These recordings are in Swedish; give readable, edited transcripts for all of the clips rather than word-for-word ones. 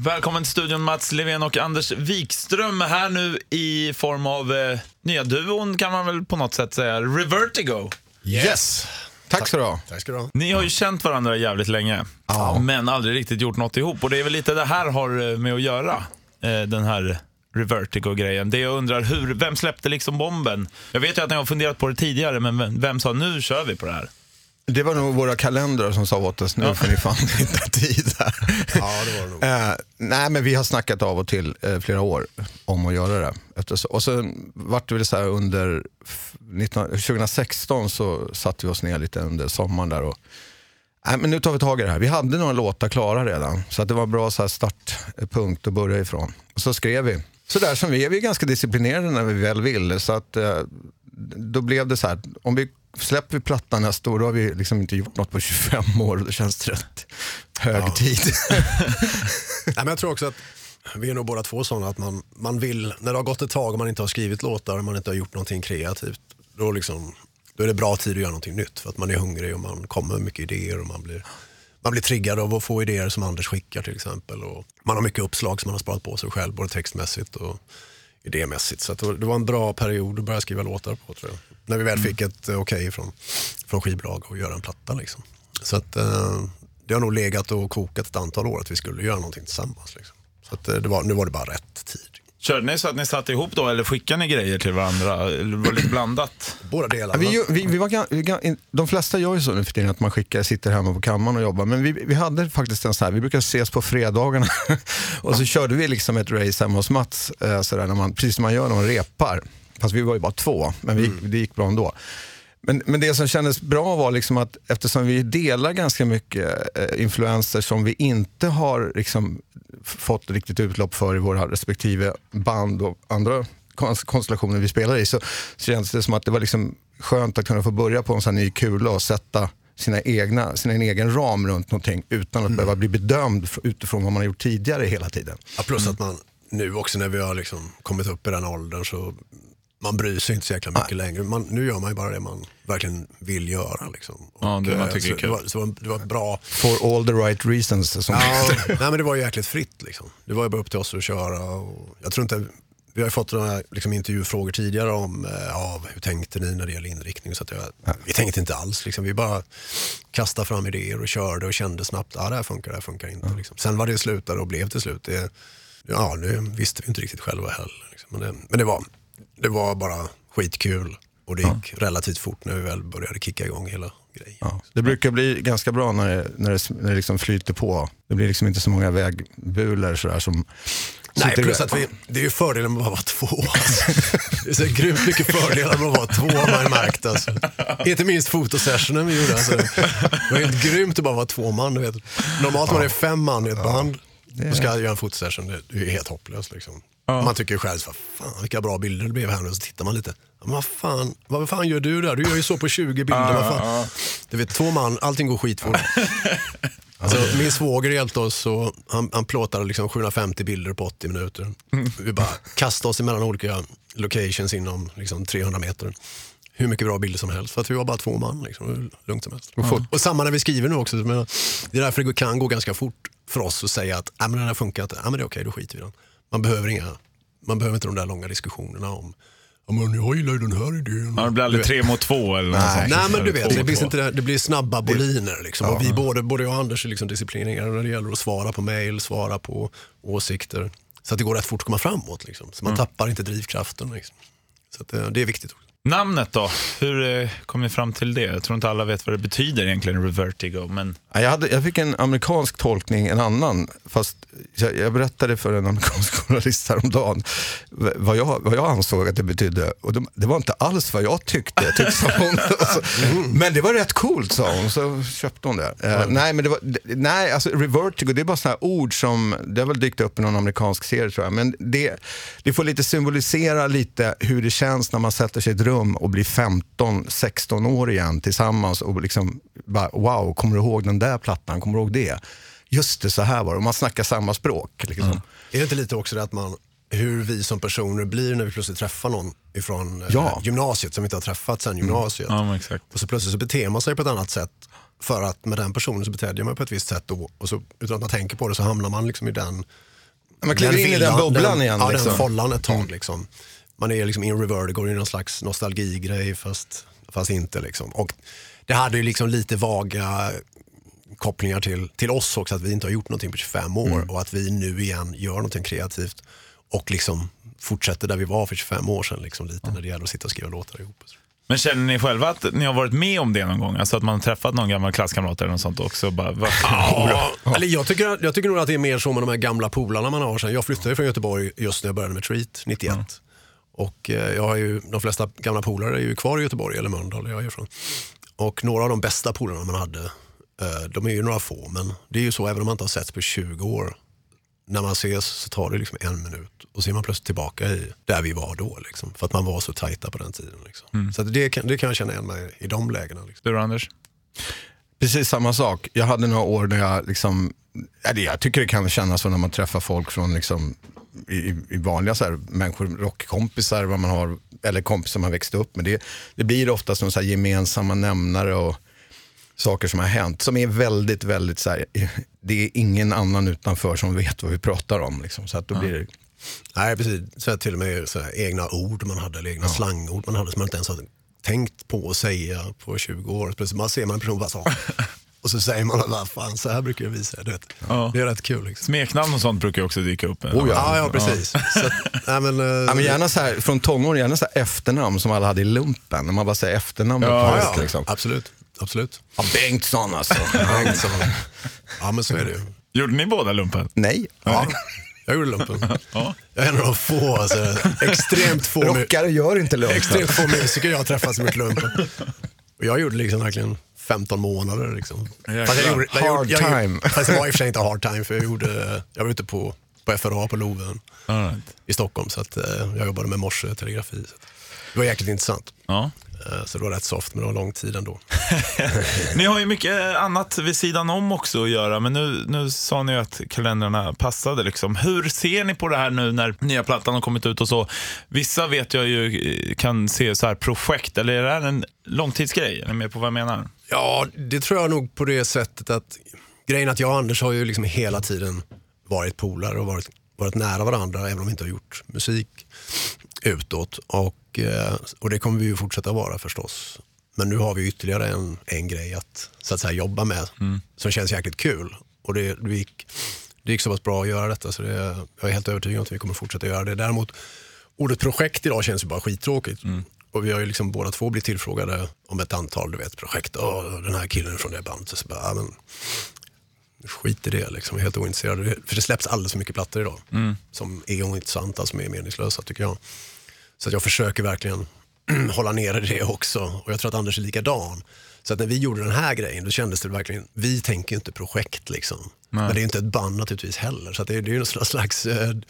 Välkommen till studion Mats Levén och Anders Wikström här nu i form av nya duon kan man väl på något sätt säga, Revertigo. Yes! Tack ska du ha. Tack ska du ha. Ni har ju känt varandra jävligt länge, men aldrig riktigt gjort något ihop. Och det är väl lite det här har med att göra, den här Revertigo-grejen. Det jag undrar, vem släppte liksom bomben? Jag vet ju att ni har funderat på det tidigare, men vem sa nu kör vi på det här? Det var nog våra kalendrar som sa åt oss nu för ni fann inte tid här. Ja, det var det nog. Nej, men vi har snackat av och till flera år om att göra det. Och så vart det väl så här under 2016 så satte vi oss ner lite under sommaren där och men nu tar vi tag i det här. Vi hade några låtar klara redan så att det var en bra så här startpunkt att börja ifrån. Och så skrev vi. Så där som vi är ganska disciplinerade när vi väl vill, så att då blev det så här, om vi släpper vi plattan nästa år, då har vi liksom inte gjort något på 25 år och det känns rätt hög tid. Nej, men jag tror också att vi är nog båda två sådana att man vill, när det har gått ett tag och man inte har skrivit låtar och man inte har gjort någonting kreativt, då är det bra tid att göra någonting nytt för att man är hungrig och man kommer med mycket idéer och man blir triggad av att få idéer som Anders skickar till exempel, och man har mycket uppslag som man har sparat på sig själv, både textmässigt och idémässigt, så att det var en bra period att börja skriva låtar på, tror jag. När vi väl fick ett okej från skivbolag och göra en platta liksom. Så att det har nog legat och kokat ett antal år att vi skulle göra någonting tillsammans liksom. Så att nu var det bara rätt tid. Körde ni så att ni satt ihop då, eller skickade ni grejer till varandra? Eller var det lite blandat? Båda delar. De flesta gör ju så nu för tiden att man sitter hemma på kammaren och jobbar. Men vi hade faktiskt en sån här, vi brukar ses på fredagarna och så körde vi liksom ett race hemma hos Mats sådär, precis som man gör när man repar. Fast vi var ju bara 2, men det gick bra ändå. Men det som kändes bra var liksom att eftersom vi delar ganska mycket influenser som vi inte har liksom fått riktigt utlopp för i våra respektive band och andra konstellationer vi spelar i, så känns det som att det var liksom skönt att kunna få börja på en sån här ny kula och sätta sin egen ram runt någonting utan att behöva bli bedömd utifrån vad man har gjort tidigare hela tiden. Ja, plus att man nu också när vi har liksom kommit upp i den åldern så man bryr sig inte så jäkla mycket längre. Nu gör man ju bara det man verkligen vill göra liksom. Och, det man tycker är kul. Det var bra. For all the right reasons. Nej, men det var ju jäkligt fritt liksom. Det var ju bara upp till oss att köra. Och jag tror inte, vi har ju fått några liksom, intervjufrågor tidigare om hur tänkte ni när det gäller inriktning. Så att vi tänkte inte alls. Liksom. Vi bara kastade fram idéer och körde och kände snabbt det här funkar inte. Liksom. Sen var det slutade och blev till slut. Nu visste vi inte riktigt själva heller. Liksom. Men det var bara skitkul och det gick relativt fort när vi väl började kicka igång hela grejen. Ja. Det brukar bli ganska bra när det liksom flyter på. Det blir liksom inte så många vägbulor sådär som... Nej, plus att det är ju fördelen med att vara 2. Det är så grymt mycket fördelar med att vara 2 har man märkt. Alltså. Inte minst fotosessionen vi gjorde. Alltså. Det var helt grymt att bara vara 2 man. Du vet. Normalt man är 5 man i ett band och ska göra en fotosession. Det är helt hopplöst liksom. Man tycker ju själv, fan vilka bra bilder det blev här nu. Så tittar man lite, vad fan gör du där? Du gör ju så på 20 bilder. Vad fan? Du vet, 2 man, allting går skitfort. Alltså, min svåger hjälpte oss och han plåtade liksom 750 bilder på 80 minuter. Vi bara kastade oss emellan olika locations inom liksom 300 meter. Hur mycket bra bilder som helst. För att vi var bara 2 man liksom, lugnt som helst. Och samma när vi skriver nu också. Men det är därför det kan gå ganska fort för oss att säga att men den här funkar inte. Men det är okej, då skiter vi den. Man behöver inte de där långa diskussionerna om men jag gillar ju den här idén. Det blir aldrig 3 mot 2 eller något sånt. Nej, men du vet, det blir snabba boliner liksom. Och vi både jag och Anders är liksom disciplinerade när det gäller att svara på mejl, svara på åsikter. Så att det går rätt fort att komma framåt liksom. Så man tappar inte drivkraften liksom. Så att det är viktigt också. Namnet då, hur kom ni fram till det? Jag tror inte alla vet vad det betyder egentligen, Revertigo, men... Jag fick en amerikansk tolkning, en annan, fast jag berättade för en amerikansk journalist häromdagen vad jag ansåg att det betydde, och det var inte alls vad jag tyckte sa hon. Men det var rätt coolt, sa hon, så köpte hon det. Alltså Revertigo, det är bara sådana här ord som, det har väl dykt upp i någon amerikansk serie tror jag, men det får lite symbolisera lite hur det känns när man sätter sig i ett rum och blir 15-16 år igen tillsammans och liksom bara, wow, kommer du ihåg den där plattan, kommer du ihåg det? Just det, så här var det, och man snackar samma språk liksom. Är det inte lite också det att hur vi som personer blir när vi plötsligt träffar någon ifrån gymnasiet som vi inte har träffat sedan gymnasiet. Exakt. Och så plötsligt så beter man sig på ett annat sätt för att med den personen så betedde man på ett visst sätt då, och så utan att man tänker på det så hamnar man liksom i den Man kliver in i den bubblan igen. Ja, liksom. den follan ett tag liksom. Man är liksom in reverse, går i någon slags nostalgigrej fast inte liksom. Och det hade ju liksom lite vaga kopplingar till oss också, att vi inte har gjort någonting på 25 år och att vi nu igen gör någonting kreativt och liksom fortsätter där vi var för 25 år sedan liksom, lite när det gäller att sitta och skriva låtar ihop. Men känner ni själva att ni har varit med om det någon gång? Alltså att man träffat någon gammal klasskamrat eller något sånt också? Bara, eller jag tycker nog att det är mer så med de här gamla polarna man har sen. Jag flyttade från Göteborg just när jag började med Treat 91. Och jag har ju, de flesta gamla polare är ju kvar i Göteborg eller Mölndal, jag är ifrån. Och några av de bästa polarna man hade, de är ju några få, men det är ju så, även om man inte har sett på 20 år, när man ses så tar det liksom 1 minut och så är man plötsligt tillbaka i där vi var då liksom, för att man var så tajta på den tiden liksom. Så att det kan jag känna igen mig i de lägena liksom. Du, Anders? Precis samma sak. Jag hade några år när jag liksom, jag tycker det kan kännas så när man träffar folk från liksom i vanliga så här, människor, rockkompisar vad man har, eller kompisar man växte upp med. Det blir ofta som så här gemensamma nämnare och saker som har hänt som är väldigt, väldigt så här, det är ingen annan utanför som vet vad vi pratar om liksom, så att då blir det... Nej, precis. Så till och med så här, egna ord man hade, eller egna slangord man hade som man inte ens hade tänkt på att säga på 20 år. Plötsligt man ser man en person bara så och så säger man vad fan, så här brukar vi säga, det är rätt kul liksom. Smeknamn och sånt brukar också dyka upp. Ja, precis. Så att, men gärna så här, från tonår, gärna så här efternamn som alla hade i lumpen, när man bara säger efternamn liksom. Absolut. Ja, Bengtsson alltså. Bengtsson. Ja, men så är det ju. Gjorde ni båda lumpen? Nej. Ja. Jag gjorde lumpen. Jag är en av de få, alltså, extremt få rockare gör inte lumpen. Extremt få musiker jag har träffat som gjort lumpen. Och jag gjorde liksom verkligen 15 månader liksom. Fast det var i och för sig inte hard time, för jag var ute på FRA på Loven i Stockholm, så att jag jobbade med morse telegrafi. Så det var jäkligt intressant. Ja. Så det var rätt soft, men det var lång tid ändå. Ni har ju mycket annat vid sidan om också att göra, men nu sa ni ju att kalendrarna passade liksom. Hur ser ni på det här nu när nya plattan har kommit ut och så? Vissa vet jag ju kan se så här projekt, eller är det här en långtidsgrej? Är ni med på vad jag menar? Ja, det tror jag nog på det sättet att grejen att jag och Anders har ju liksom hela tiden varit polare och varit nära varandra, även om vi inte har gjort musik utåt, och det kommer vi ju fortsätta vara förstås. Men nu har vi ytterligare en grej att, så att säga, jobba med som känns jäkligt kul, och det gick så pass bra att göra detta, så jag är helt övertygad om att vi kommer fortsätta göra det. Däremot, ordet projekt idag känns ju bara skittråkigt. Och vi har ju liksom båda två blivit tillfrågade om ett antal, projekt. Den här killen från det bandet, så bara, men skit i det liksom, jag är helt ointresserad. För det släpps alldeles för mycket plattor idag som är ointressanta, som är meningslösa, tycker jag. Så att jag försöker verkligen hålla nere det också. Och jag tror att Anders är likadan. Så att när vi gjorde den här grejen, då kändes det verkligen, vi tänker inte projekt liksom. Nej. Men det är inte ett band naturligtvis heller. Så att det är ju någon slags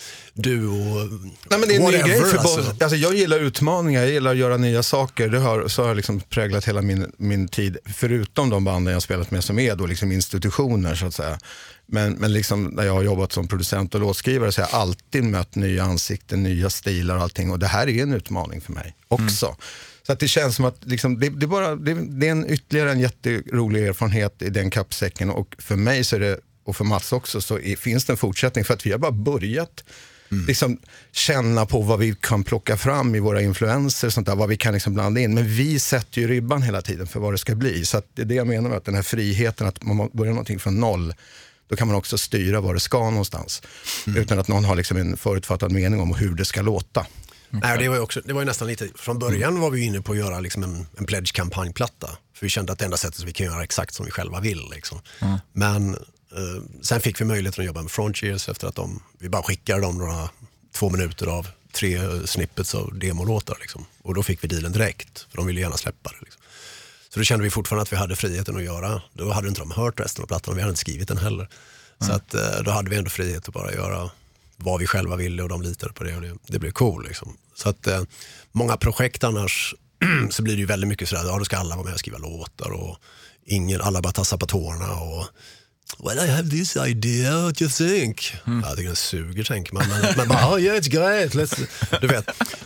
duo. Nej, men det är en ny grej. Alltså, jag gillar utmaningar, jag gillar att göra nya saker. Så har jag liksom präglat hela min tid. Förutom de banden jag spelat med som är då liksom institutioner, så att säga. Men liksom när jag har jobbat som producent och låtskrivare, så har jag alltid mött nya ansikten, nya stilar och allting. Och det här är en utmaning för mig också. Så att det känns som att liksom, det är ytterligare en jätterolig erfarenhet i den kappsäcken. Och för mig så är det, och för Mats också, så finns det en fortsättning, för att vi har bara börjat liksom känna på vad vi kan plocka fram i våra influenser och sånt där, vad vi kan liksom blanda in. Men vi sätter ju ribban hela tiden för vad det ska bli. Så att det är det jag menar med att den här friheten, att man börjar någonting från noll, då kan man också styra var det ska någonstans. Utan att någon har liksom en förutfattad mening om hur det ska låta. Nej, det var ju nästan lite, från början var vi inne på att göra liksom en pledge-kampanjplatta. För vi kände att det enda sättet så vi kan göra exakt som vi själva vill. Liksom. Men sen fick vi möjligheten att jobba med Frontiers efter att vi bara skickade dem 2 minuter av 3 snippets av demolåtar. Liksom. Och då fick vi dealen direkt, för de ville gärna släppa det. Liksom. Så då kände vi fortfarande att vi hade friheten att göra. Då hade inte de hört resten av plattan och vi hade inte skrivit den heller. Så att, då hade vi ändå frihet att bara göra vad vi själva ville, och de litade på det, och det blev cool liksom. Så att många projekt annars så blir det ju väldigt mycket sådär, då ska alla vara med och skriva låtar, och alla bara tassar på tårna och well, I have this idea, what you think? Jag tycker den suger, tänker man. Men bara, yeah, it's great. Du vet.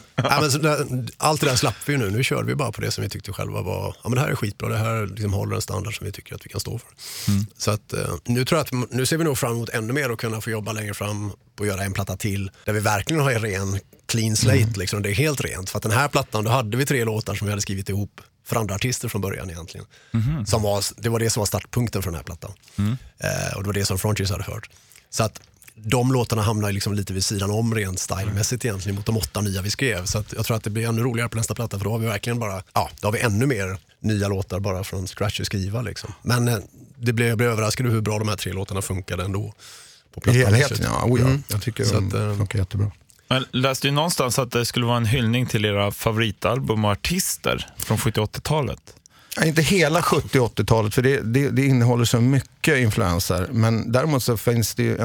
Allt det där slapp vi nu. Nu körde vi bara på det som vi tyckte själva var, ja men det här är skitbra, det här liksom håller en standard som vi tycker att vi kan stå för. Så att nu tror jag att nu ser vi nog fram emot ännu mer och kunna få jobba längre fram på att göra en platta till där vi verkligen har en ren clean slate liksom. Det är helt rent. För att den här plattan, då hade vi 3 låtar som vi hade skrivit ihop för andra artister från början egentligen. Det var det som var startpunkten för den här plattan. Och det var det som Frontiers hade hört. Så att de låtarna hamnar liksom lite vid sidan om rent stylemässigt egentligen mot de 8 nya vi skrev. Så att jag tror att det blir ännu roligare på nästa platta, för då har vi verkligen bara, då har vi ännu mer nya låtar bara från scratch att skriva liksom. Men jag blev överraskad hur bra de här 3 låtarna funkade ändå på plattan. I helheten, jag tycker så de funkar jättebra. Jag läste ju någonstans att det skulle vara en hyllning till era favoritalbum och artister från 70-80-talet. Inte hela 70-80-talet, för det innehåller så mycket influenser. Men däremot så finns det ju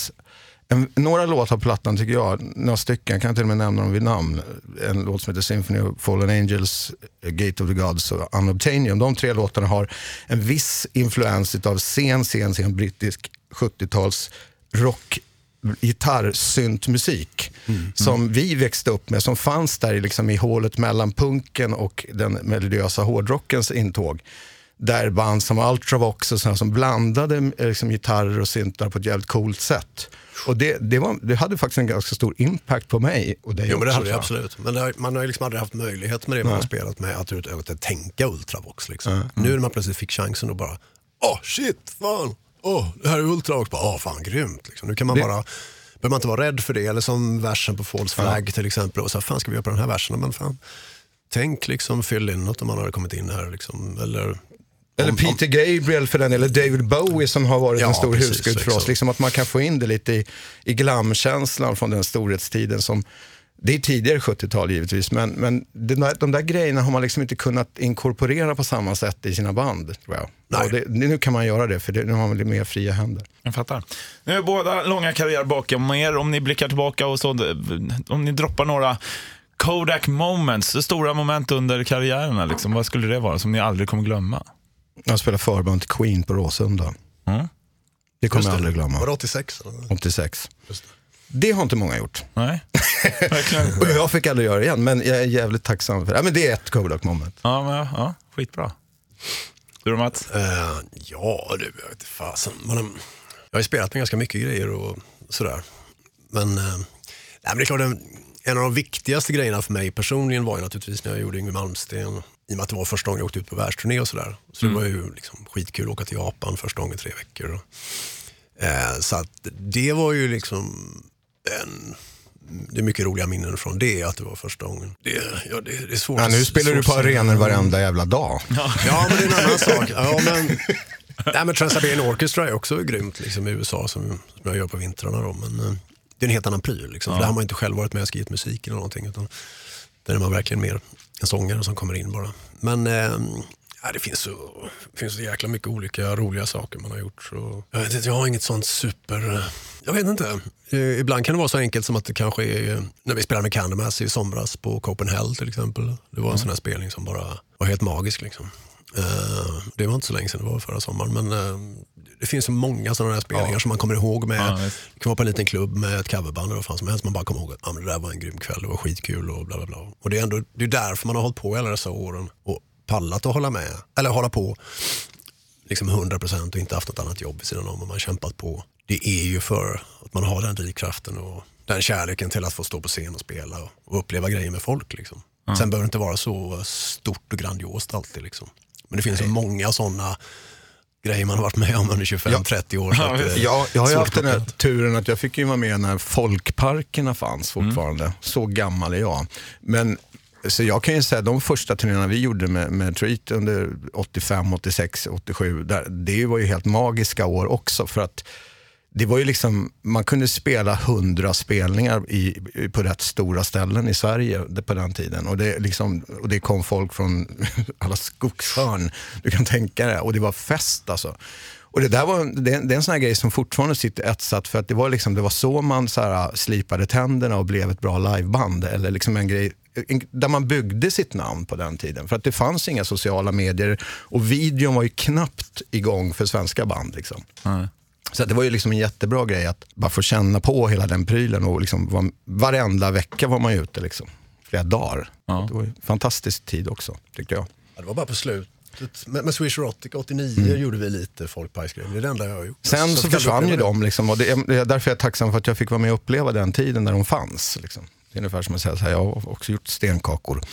några låtar på plattan tycker jag, några stycken, kan jag till och med nämna dem vid namn. En låt som heter Symphony of Fallen Angels, Gate of the Gods och Unobtainium. De 3 låtarna har en viss influens av sen brittisk 70-tals rock, gitarr, syntmusik som vi växte upp med, som fanns där liksom i hålet mellan punken och den melodiösa hårdrockens intåg. Där band som Ultravox och sådana som blandade liksom gitarrer och syntar på ett jävligt coolt sätt. Och det hade faktiskt en ganska stor impact på mig. Och det men det hade det absolut. Men man har ju liksom aldrig haft möjlighet med det man har spelat med att tänka Ultravox liksom. Nu när man plötsligt fick chansen och bara, shit, fan. Det här är Ultravox, fan grymt liksom. Nu kan man behöver man inte vara rädd för det, eller som versen på False Flag till exempel, och så fan ska vi göra på den här versen, men fan tänk liksom fyll in något om man hade kommit in här liksom, eller Peter Gabriel för den, eller David Bowie som har varit en stor husgud för oss, liksom att man kan få in det lite i glamkänslan från den storhetstiden som det är tidigare 70-tal givetvis, men de där grejerna har man liksom inte kunnat inkorporera på samma sätt i sina band, tror jag. Nej. Nu kan man göra det, för nu har man lite mer fria händer. Jag fattar. Nu är båda långa karriär bakom er. Om ni blickar tillbaka och så, om ni droppar några Kodak moments, det stora moment under karriärerna, liksom, vad skulle det vara som ni aldrig kommer glömma? Jag spelar förband till Queen på Råsunda. Det kommer jag aldrig glömma. Var det 86? Eller? 86. Just det har inte många gjort. Nej, verkligen. Och jag fick aldrig göra det igen, men jag är jävligt tacksam för det. Men det är ett Kodak moment. Ja, skitbra. Du då, Mats? Jag vet inte fasen. Jag har ju spelat med ganska mycket grejer och sådär. Men det är klart, en av de viktigaste grejerna för mig personligen var ju naturligtvis när jag gjorde Yngwie Malmsteen. I och med att det var första gången jag åkte ut på världsturné och sådär. Så det var ju liksom skitkul att åka till Japan första gången 3 veckor. Så att det var ju liksom det är mycket roliga minnen från det, att det var första gången. Det är svårt. Ja, nu spelar du på arenor varenda jävla dag. Ja, men det är en annan sak. Ja, men Trans-Siberian Orchestra är också grymt liksom, i USA som jag gör på vintrarna då, men det är en helt annan pryl liksom. För där har man inte själv varit med och skrivit musik eller någonting, utan där är man verkligen mer en sångare som kommer in bara. Men det finns så jäkla mycket olika roliga saker man har gjort. Så jag vet inte, jag har inget sånt super... Jag vet inte. Ibland kan det vara så enkelt som att det kanske är... När vi spelade med Candlemass i somras på Copenhagen till exempel. Det var en sån här spelning som bara var helt magisk liksom. Det var inte så länge sedan, det var förra sommaren. Men det finns så många sådana här spelningar som man kommer ihåg med. Det kan vara på en liten klubb med ett coverband eller vad fan som helst. Man bara kommer ihåg att det där var en grym kväll, det var skitkul och bla bla bla. Och det är därför man har hållit på alla dessa åren och pallat att hålla på liksom 100% och inte haft något annat jobb i sidan om, och man har kämpat på. Det är ju för att man har den drivkraften och den kärleken till att få stå på scen och spela och uppleva grejer med folk liksom. Sen behöver det inte vara så stort och grandiost alltid liksom. Men det finns så många sådana grejer man har varit med om under 25-30 år. Så att, jag har ju haft den här turen att jag fick ju vara med när folkparkerna fanns fortfarande. Så gammal är jag. Men så jag kan ju säga de första turnéerna vi gjorde med Treat under 85, 86, 87, det var ju helt magiska år också, för att det var ju liksom, man kunde spela 100 spelningar på rätt stora ställen i Sverige på den tiden, och det kom folk från alla skogshörn, du kan tänka dig, och det var fest alltså. Och det är en sån här grej som fortfarande sitter etsat, för att det var så man så här slipade tänderna och blev ett bra liveband, eller liksom en grej där man byggde sitt namn på den tiden. För att det fanns inga sociala medier och videon var ju knappt igång för svenska band liksom. Så det var ju liksom en jättebra grej att bara få känna på hela den prylen och liksom varenda vecka var man ute liksom. Flera dagar. Det var en fantastisk tid också, tyckte jag. Ja, det var bara på slutet. Med Swish Erotic 89 gjorde vi lite folkparksgrejer. Det är det enda jag har gjort. Sen så försvann ju de liksom, och det är därför jag är tacksam för att jag fick vara med och uppleva den tiden när de fanns liksom. Det är ungefär som att säga så här, jag har också gjort stenkakor.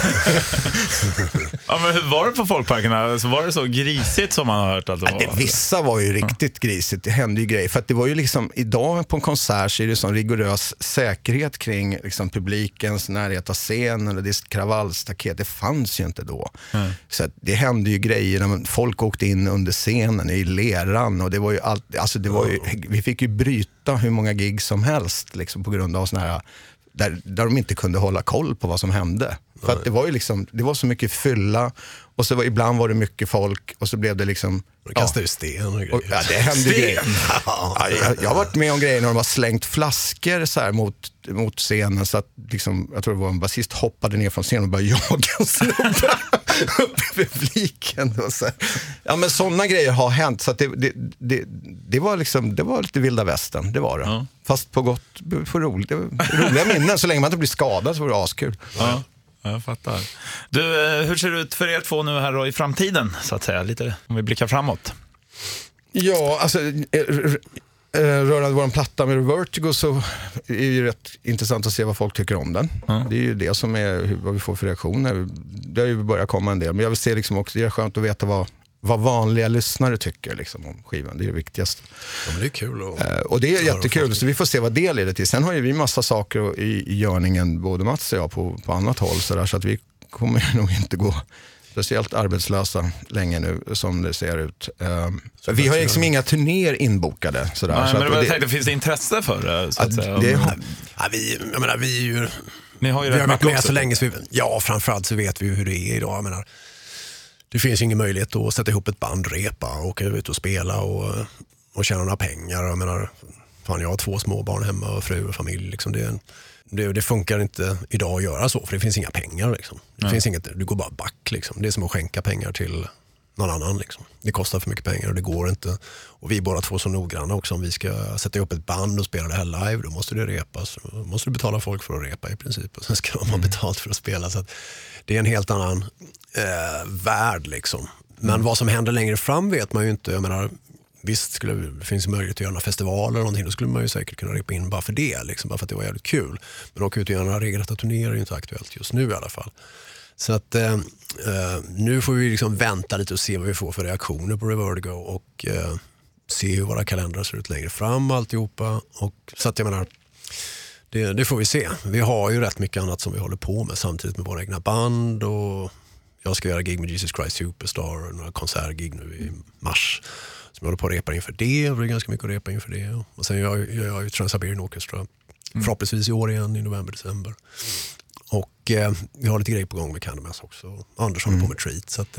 Ja, men hur var det på folkparkerna? Så var det så grisigt som man har hört att det var? Vissa var ju riktigt grisigt. Det hände ju grejer. För att det var ju liksom, idag på en konsert så är det sån rigorös säkerhet kring liksom publikens närhet av scenen och det kravallstaket. Det fanns ju inte då. Så att det hände ju grejer när folk åkte in under scenen i leran och det var ju allt, alltså det var ju, vi fick ju bryta hur många gig som helst liksom på grund av såna här där de inte kunde hålla koll på vad som hände. För att det var ju liksom, det var så mycket fylla och så ibland var det mycket folk och så blev det liksom... De kastade ju sten och grejer. Ja, det hände grejer. Ja, jag har varit med om grejer när de har slängt flaskor så här mot scenen så att liksom, jag tror det var en basist hoppade ner från scenen och började jaga en snubbe upp i publiken. Och så. Ja, men sådana grejer har hänt så att det var liksom, det var lite vilda västern, det var det. Ja. Fast på gott, på roliga minnen, så länge man inte blir skadad så var det askul. Ja. Jag fattar. Du, hur ser det ut för er två nu här då i framtiden, så att säga? Lite om vi blickar framåt. Ja, alltså rörande vår platta med Vertigo så är det ju rätt intressant att se vad folk tycker om den. Det är ju det som är vad vi får för reaktioner. Det har ju börjat komma en del, men jag vill se liksom också, det är skönt att veta vad vanliga lyssnare tycker liksom om skivan. Det är det viktigaste. Ja, men det är kul. Och det är jättekul, så vi får se vad det leder till. Sen har ju vi massa saker i görningen, både Mats och jag, på annat håll. Så att vi kommer nog inte gå speciellt arbetslösa länge nu, som det ser ut. Vi har liksom inga turnéer inbokade. Sådär, nej, så men att, jag tänkte, finns det intresse för det? Så att säga? Vi är ju... Ni har ju vi har varit med också så länge så framförallt så vet vi hur det är idag. Jag menar, det finns ingen möjlighet att sätta ihop ett band, repa och åka ut och spela och tjäna några pengar. Jag menar, fan, jag har 2 små barn hemma och fru och familj. Liksom. Det funkar inte idag att göra så, för det finns inga pengar. Liksom. Det finns inget, du går bara back. Liksom. Det är som att skänka pengar till någon annan. Liksom. Det kostar för mycket pengar och det går inte. Och vi är båda två så noggranna också. Om vi ska sätta ihop ett band och spela det här live, då måste det repas. Då måste du betala folk för att repa i princip. Och sen ska de ha betalt för att spela. Så att det är en helt annan värld liksom. Men vad som händer längre fram vet man ju inte. Jag menar, visst det finns möjlighet att göra några festivaler eller någonting, då skulle man ju säkert kunna repa in bara för det, liksom, bara för att det var jävligt kul. Men åka ut och göra några regelrätta turnéer är ju inte aktuellt just nu i alla fall. Så att nu får vi liksom vänta lite och se vad vi får för reaktioner på Revertigo och se hur våra kalendrar ser ut längre fram alltihopa. Och, så att jag menar, det får vi se. Vi har ju rätt mycket annat som vi håller på med samtidigt med våra egna band, och jag ska göra gig med Jesus Christ Superstar och några konsertgig nu i mars som jag håller på att repa inför det, och det är ganska mycket att repa inför det. Och sen gör jag ju Trans-Siberian Orchestra förhoppningsvis i år igen i november-december. Och vi har lite grejer på gång med Candlemass också. Anders håller på med Treat. Så att,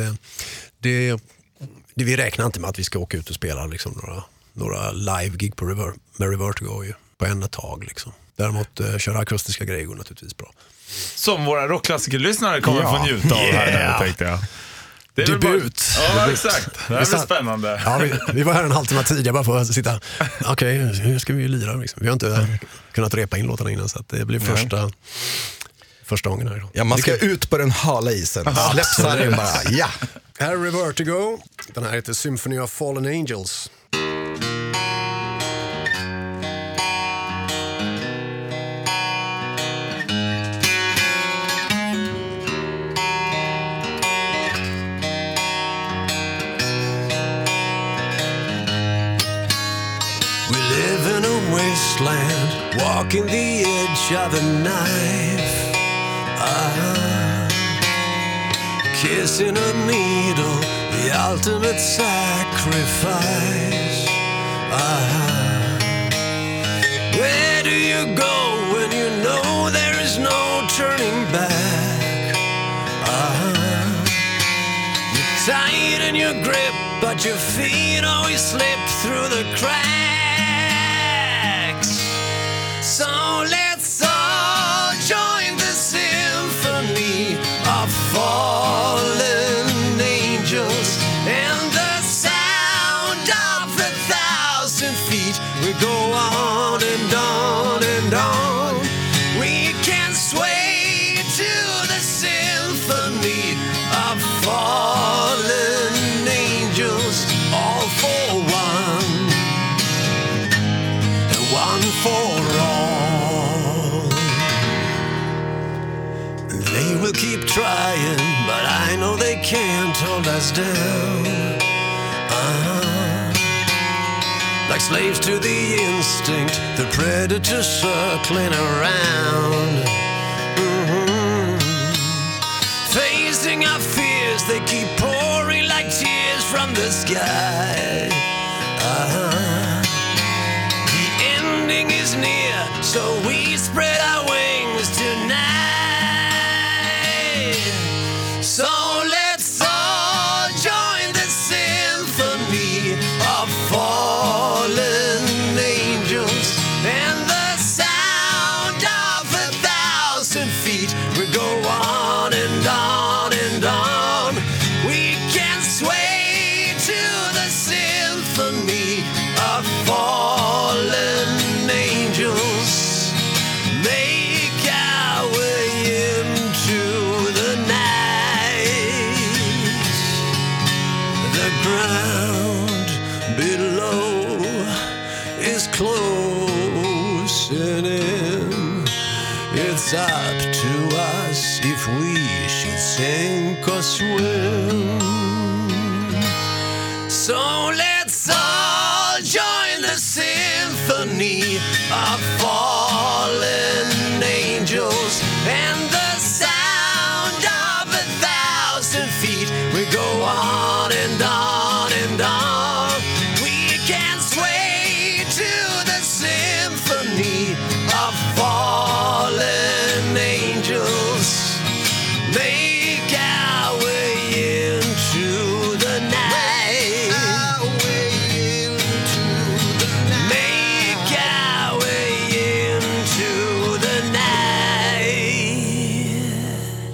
vi räknar inte med att vi ska åka ut och spela liksom, några live-gig med Revertigo på en tag. Liksom. Däremot köra akustiska grejer går naturligtvis bra. Som våra rockklassikerlyssnare kommer få njuta av här nu, tänkte jag. Det är debut. Ja, exakt. Det här blir spännande. Ja, vi var här en halvtimme tidigare bara för att sitta. Okej, hur ska vi lira? Liksom. Vi har inte kunnat repa in låtarna innan, så att det blir första gången här. Ja, man ska ut på den hala isen. Släpp sargen bara. Ja. Här är Revertigo. Den här heter Symphony of Fallen Angels. Walking the edge of a knife, kissing a needle, the ultimate sacrifice. Where do you go when you know there is no turning back? You're tight in your grip, but your feet always slip through the cracks. So let's all join the symphony trying, but I know they can't hold us down. Like slaves to the instinct, the predator circling around. Facing our fears, they keep pouring like tears from the sky. The ending is near, so we spread our wings tonight. So let's all join the symphony of fallen angels and the sound of 1,000 feet. We go on and on and on. We can sway to the symphony of fallen angels. Make our way into the night. The ground below is closing in. It's up to us if we should sink or swim. So let's all join the symphony of fallen angels and the sound of 1,000 feet. We go on and on and on. We can sway to the symphony of fallen angels. Make our way into the night. Make our way into the night.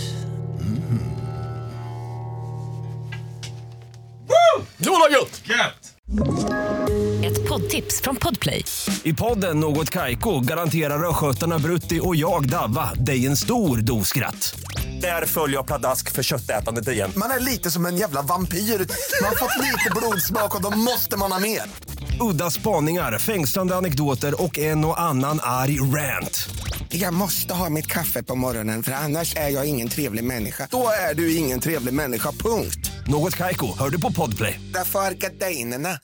Det var gött! Ett poddtips från Podplay. I podden Något Kaiko garanterar röskötarna Brutti och jag Davva dig en stor dos skratt. Där följer jag pladask för köttätandet igen. Man är lite som en jävla vampyr. Man har fått lite blodsmak och då måste man ha mer. Udda spaningar, fängslande anekdoter och en och annan arg rant. Jag måste ha mitt kaffe på morgonen för annars är jag ingen trevlig människa. Då är du ingen trevlig människa, punkt. Något Kaiko, hör du på Podplay. Därför är gardinerna.